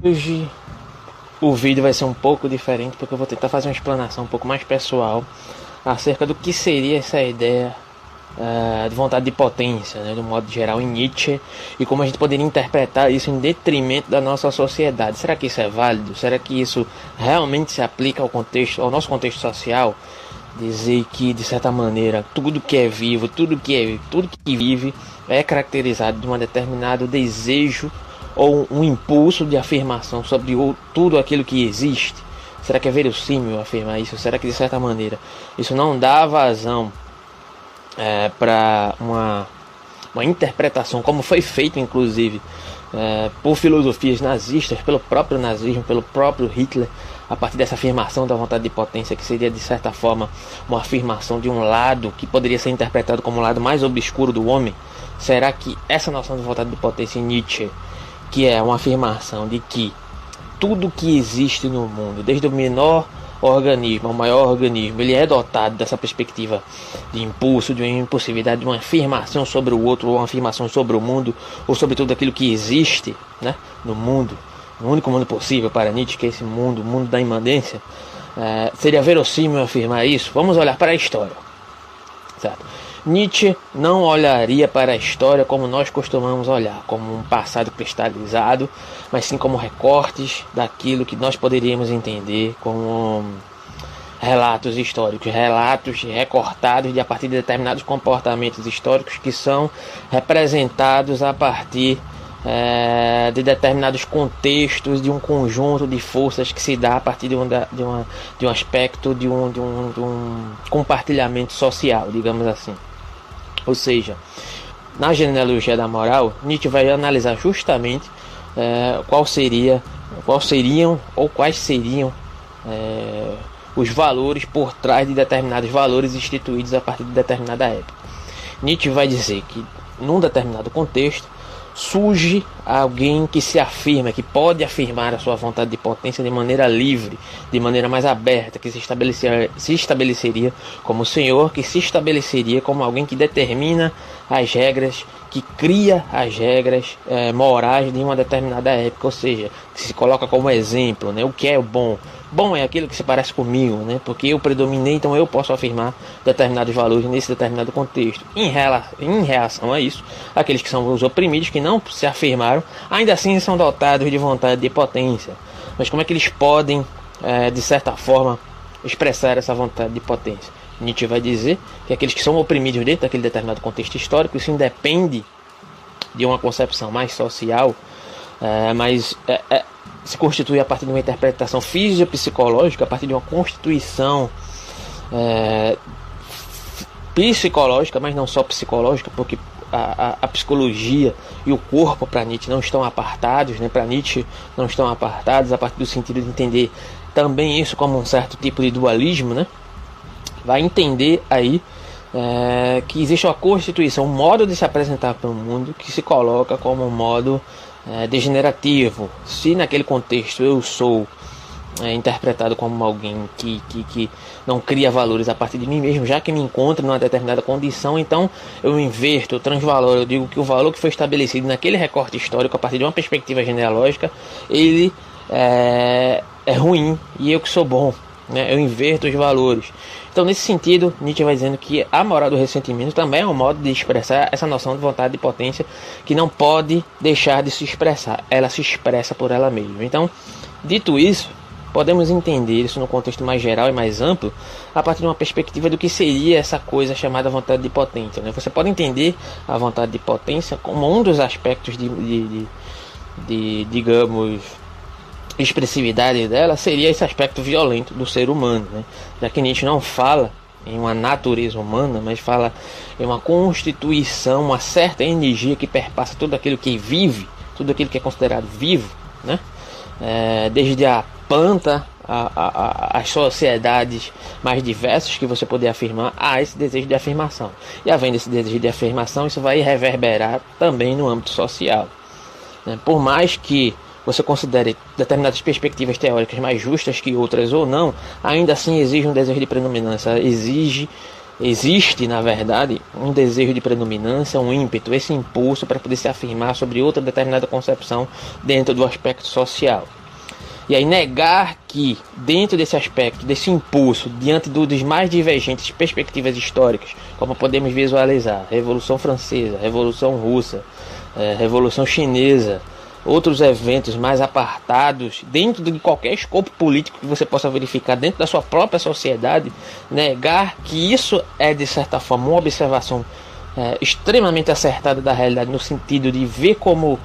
Hoje o vídeo vai ser um pouco diferente, porque eu vou tentar fazer uma explanação um pouco mais pessoal acerca do que seria essa ideia de vontade de potência, né, do modo geral em Nietzsche, e como a gente poderia interpretar isso em detrimento da nossa sociedade. Será que isso é válido? Será que isso realmente se aplica ao contexto, ao nosso contexto social? Dizer que, de certa maneira, tudo que é vivo, tudo que vive é caracterizado de um determinado desejo ou um impulso de afirmação sobre tudo aquilo que existe. Será que é verossímil afirmar isso? Será que, de certa maneira, isso não dá vazão para uma interpretação, como foi feito inclusive por filosofias nazistas, pelo próprio nazismo, pelo próprio Hitler, a partir dessa afirmação da vontade de potência, que seria de certa forma uma afirmação de um lado que poderia ser interpretado como o lado mais obscuro do homem? Será que essa noção de vontade de potência em Nietzsche, que é uma afirmação de que tudo que existe no mundo, desde o menor organismo ao maior organismo, ele é dotado dessa perspectiva de impulso, de uma impulsividade, de uma afirmação sobre o outro, ou uma afirmação sobre o mundo, ou sobre tudo aquilo que existe, né, no mundo, no único mundo possível para Nietzsche, que é esse mundo, o mundo da imanência? Seria verossímil afirmar isso? Vamos olhar para a história, certo? Nietzsche não olharia para a história como nós costumamos olhar, como um passado cristalizado, mas sim como recortes daquilo que nós poderíamos entender como relatos históricos, relatos recortados a partir de determinados comportamentos históricos que são representados a partir de determinados contextos, de um conjunto de forças que se dá a partir de um aspecto, de um compartilhamento social, digamos assim. Ou seja, na genealogia da moral, Nietzsche vai analisar justamente quais seriam os valores por trás de determinados valores instituídos a partir de determinada época. Nietzsche vai dizer que, num determinado contexto, surge alguém que se afirma, que pode afirmar a sua vontade de potência de maneira livre, de maneira mais aberta, que se estabeleceria como senhor, que se estabeleceria como alguém que determina as regras, que cria as regras morais de uma determinada época, ou seja, que se coloca como exemplo, né, o que é o bom. Bom é aquilo que se parece comigo, né, porque eu predominei, então eu posso afirmar determinados valores nesse determinado contexto. Em reação a isso, aqueles que são os oprimidos, que não se afirmaram, ainda assim são dotados de vontade de potência. Mas como é que eles podem, de certa forma, expressar essa vontade de potência? Nietzsche vai dizer que aqueles que são oprimidos dentro daquele determinado contexto histórico, isso independe de uma concepção mais social, mas se constitui a partir de uma interpretação fisiopsicológica, a partir de uma constituição psicológica, mas não só psicológica, porque a psicologia e o corpo para Nietzsche não estão apartados, né? Para Nietzsche não estão apartados, a partir do sentido de entender também isso como um certo tipo de dualismo, né? Vai entender aí que existe uma constituição, um modo de se apresentar para o mundo que se coloca como um modo degenerativo. Se naquele contexto eu sou interpretado como alguém que não cria valores a partir de mim mesmo, já que me encontro numa determinada condição, então eu inverto, eu transvaloro, eu digo que o valor que foi estabelecido naquele recorte histórico a partir de uma perspectiva genealógica, ele é ruim e eu que sou bom, né? Eu inverto os valores. Então, nesse sentido, Nietzsche vai dizendo que a moral do ressentimento também é um modo de expressar essa noção de vontade de potência que não pode deixar de se expressar, ela se expressa por ela mesma. Então, dito isso, podemos entender isso no contexto mais geral e mais amplo, a partir de uma perspectiva do que seria essa coisa chamada vontade de potência, né? Você pode entender a vontade de potência como um dos aspectos digamos, expressividade dela seria esse aspecto violento do ser humano, né? Já que Nietzsche não fala em uma natureza humana, mas fala em uma constituição, uma certa energia que perpassa tudo aquilo que vive, tudo aquilo que é considerado vivo, né? Desde a planta, as sociedades mais diversas que você poder afirmar, há esse desejo de afirmação. E havendo esse desejo de afirmação, isso vai reverberar também no âmbito social, né? Por mais que você considere determinadas perspectivas teóricas mais justas que outras ou não, ainda assim exige um desejo de predominância, exige Existe, na verdade, um desejo de predominância, um ímpeto, esse impulso para poder se afirmar sobre outra determinada concepção dentro do aspecto social. E aí negar que, dentro desse aspecto, desse impulso, diante dos mais divergentes perspectivas históricas, como podemos visualizar, Revolução Francesa, Revolução Russa, Revolução Chinesa, outros eventos mais apartados, dentro de qualquer escopo político que você possa verificar dentro da sua própria sociedade, negar que isso é, de certa forma, uma observação extremamente acertada da realidade, no sentido de ver como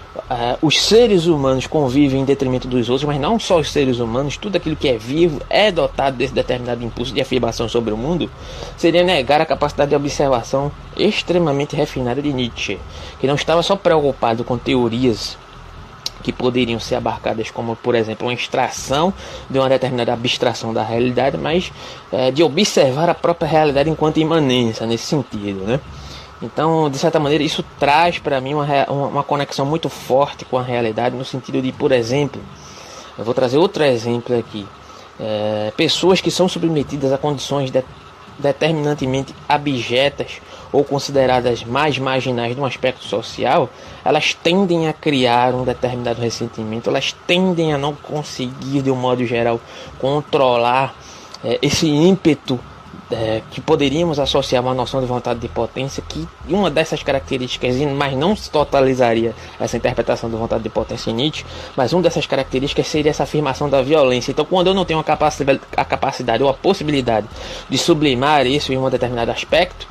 os seres humanos convivem em detrimento dos outros, mas não só os seres humanos, tudo aquilo que é vivo é dotado desse determinado impulso de afirmação sobre o mundo, seria negar a capacidade de observação extremamente refinada de Nietzsche, que não estava só preocupado com teorias que poderiam ser abarcadas como, por exemplo, uma extração de uma determinada abstração da realidade, mas de observar a própria realidade enquanto imanência, nesse sentido, né? Então, de certa maneira, isso traz para mim uma conexão muito forte com a realidade, no sentido de, por exemplo, eu vou trazer outro exemplo aqui, pessoas que são submetidas a condições determinantemente abjetas ou consideradas mais marginais de um aspecto social, elas tendem a criar um determinado ressentimento, elas tendem a não conseguir, de um modo geral, controlar esse ímpeto que poderíamos associar uma noção de vontade de potência, que uma dessas características, mas não se totalizaria essa interpretação de vontade de potência em Nietzsche, mas uma dessas características seria essa afirmação da violência. Então, quando eu não tenho a capacidade ou a possibilidade de sublimar isso em um determinado aspecto,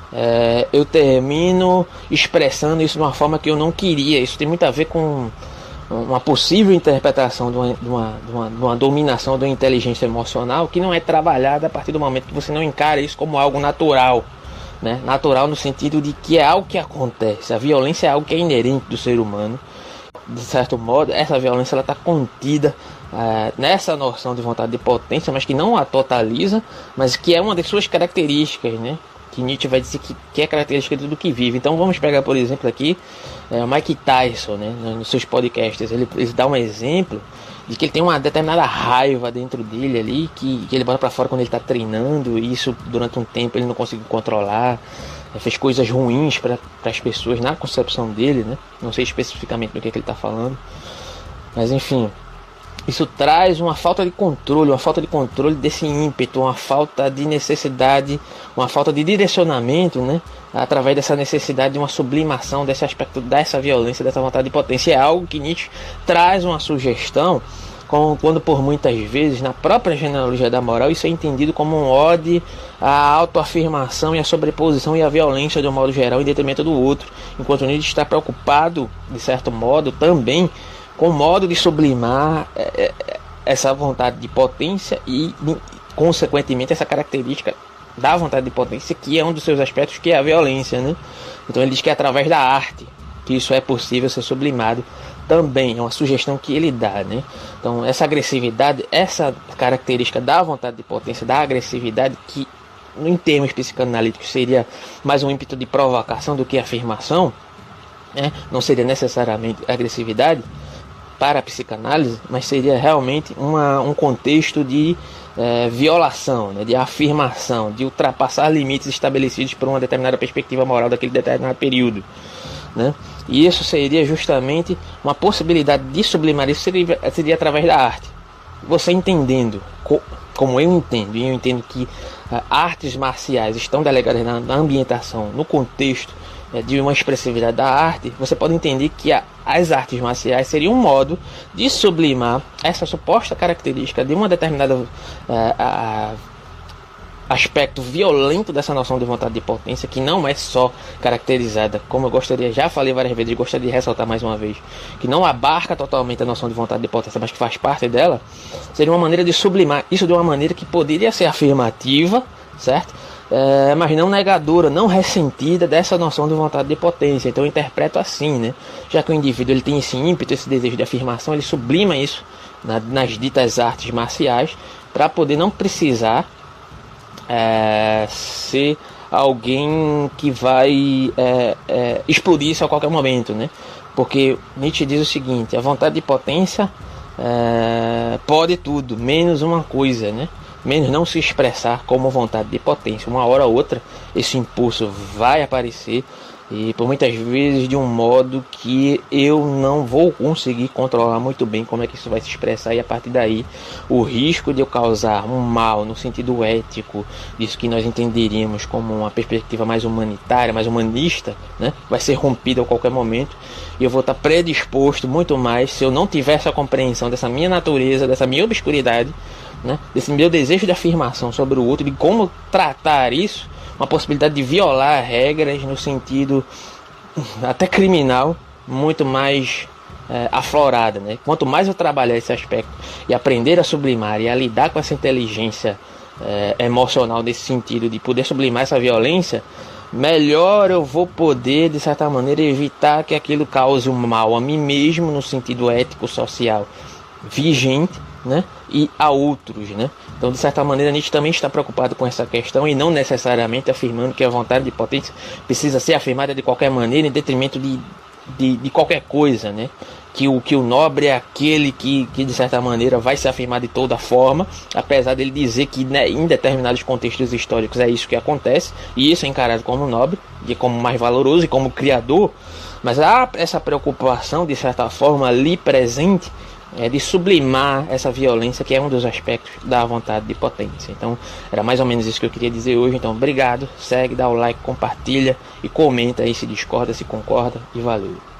eu termino expressando isso de uma forma que eu não queria. Isso tem muito a ver com uma possível interpretação de uma dominação da inteligência emocional que não é trabalhada a partir do momento que você não encara isso como algo natural, né? Natural no sentido de que é algo que acontece. A violência é algo que é inerente do ser humano. De certo modo, essa violência está contida nessa noção de vontade de potência, mas que não a totaliza, mas que é uma das suas características, né? Que Nietzsche vai dizer que é característica de tudo que vive. Então vamos pegar, por exemplo, aqui o Mike Tyson, né, nos seus podcasts. Ele dá um exemplo de que ele tem uma determinada raiva dentro dele ali, que ele bota pra fora quando ele tá treinando, e isso durante um tempo ele não conseguiu controlar, fez coisas ruins para as pessoas na concepção dele, né? Não sei especificamente do que ele tá falando, mas enfim, isso traz uma falta de controle desse ímpeto, uma falta de necessidade, uma falta de direcionamento, né? Através dessa necessidade de uma sublimação desse aspecto, dessa violência, dessa vontade de potência. É algo que Nietzsche traz uma sugestão, quando por muitas vezes, na própria genealogia da moral, isso é entendido como um ode à autoafirmação e à sobreposição e à violência de um modo geral em detrimento do outro, enquanto Nietzsche está preocupado, de certo modo, também com o modo de sublimar essa vontade de potência e, consequentemente, essa característica da vontade de potência, que é um dos seus aspectos, que é a violência, né? Então ele diz que é através da arte que isso é possível ser sublimado também, é uma sugestão que ele dá, né? Então essa agressividade, essa característica da vontade de potência, da agressividade, que em termos psicanalíticos seria mais um ímpeto de provocação do que afirmação, né? Não seria necessariamente agressividade para a psicanálise, mas seria realmente um contexto de violação, né, de afirmação, de ultrapassar limites estabelecidos por uma determinada perspectiva moral daquele determinado período, né? E isso seria justamente uma possibilidade de sublimar isso, seria através da arte. Você entendendo, como eu entendo, e eu entendo que artes marciais estão delegadas na ambientação, no contexto de uma expressividade da arte, você pode entender que as artes marciais seriam um modo de sublimar essa suposta característica de uma determinada aspecto violento dessa noção de vontade de potência, que não é só caracterizada, como eu já falei várias vezes e gostaria de ressaltar mais uma vez, que não abarca totalmente a noção de vontade de potência, mas que faz parte dela. Seria uma maneira de sublimar isso de uma maneira que poderia ser afirmativa, certo? Mas não negadora, não ressentida dessa noção de vontade de potência. Então eu interpreto assim, né? Já que o indivíduo ele tem esse ímpeto, esse desejo de afirmação, ele sublima isso nas ditas artes marciais, para poder não precisar ser alguém que vai explodir isso a qualquer momento, né? Porque Nietzsche diz o seguinte: a vontade de potência pode tudo, menos uma coisa, né? menos não se expressar como vontade de potência. Uma hora ou outra esse impulso vai aparecer, e por muitas vezes de um modo que eu não vou conseguir controlar muito bem como é que isso vai se expressar, e a partir daí o risco de eu causar um mal no sentido ético, disso que nós entenderíamos como uma perspectiva mais humanitária, mais humanista, né, vai ser rompido a qualquer momento, e eu vou estar predisposto muito mais, se eu não tiver essa compreensão dessa minha natureza, dessa minha obscuridade, né, desse meu desejo de afirmação sobre o outro, de como tratar isso, uma possibilidade de violar regras no sentido até criminal, muito mais aflorada, né? Quanto mais eu trabalhar esse aspecto e aprender a sublimar e a lidar com essa inteligência emocional nesse sentido de poder sublimar essa violência, melhor eu vou poder, de certa maneira, evitar que aquilo cause um mal a mim mesmo no sentido ético, social, vigente, né? E a outros, né? Então, de certa maneira, a gente também está preocupado com essa questão, e não necessariamente afirmando que a vontade de potência precisa ser afirmada de qualquer maneira, em detrimento de qualquer coisa, né? Que o nobre é aquele que de certa maneira vai se afirmar de toda forma, apesar dele dizer que, né, em determinados contextos históricos é isso que acontece, e isso é encarado como nobre, e como mais valoroso e como criador. Mas há essa preocupação, de certa forma, ali presente, de sublimar essa violência, que é um dos aspectos da vontade de potência. Então era mais ou menos isso que eu queria dizer hoje. Então obrigado, segue, dá o like, compartilha e comenta aí se discorda, se concorda, e valeu.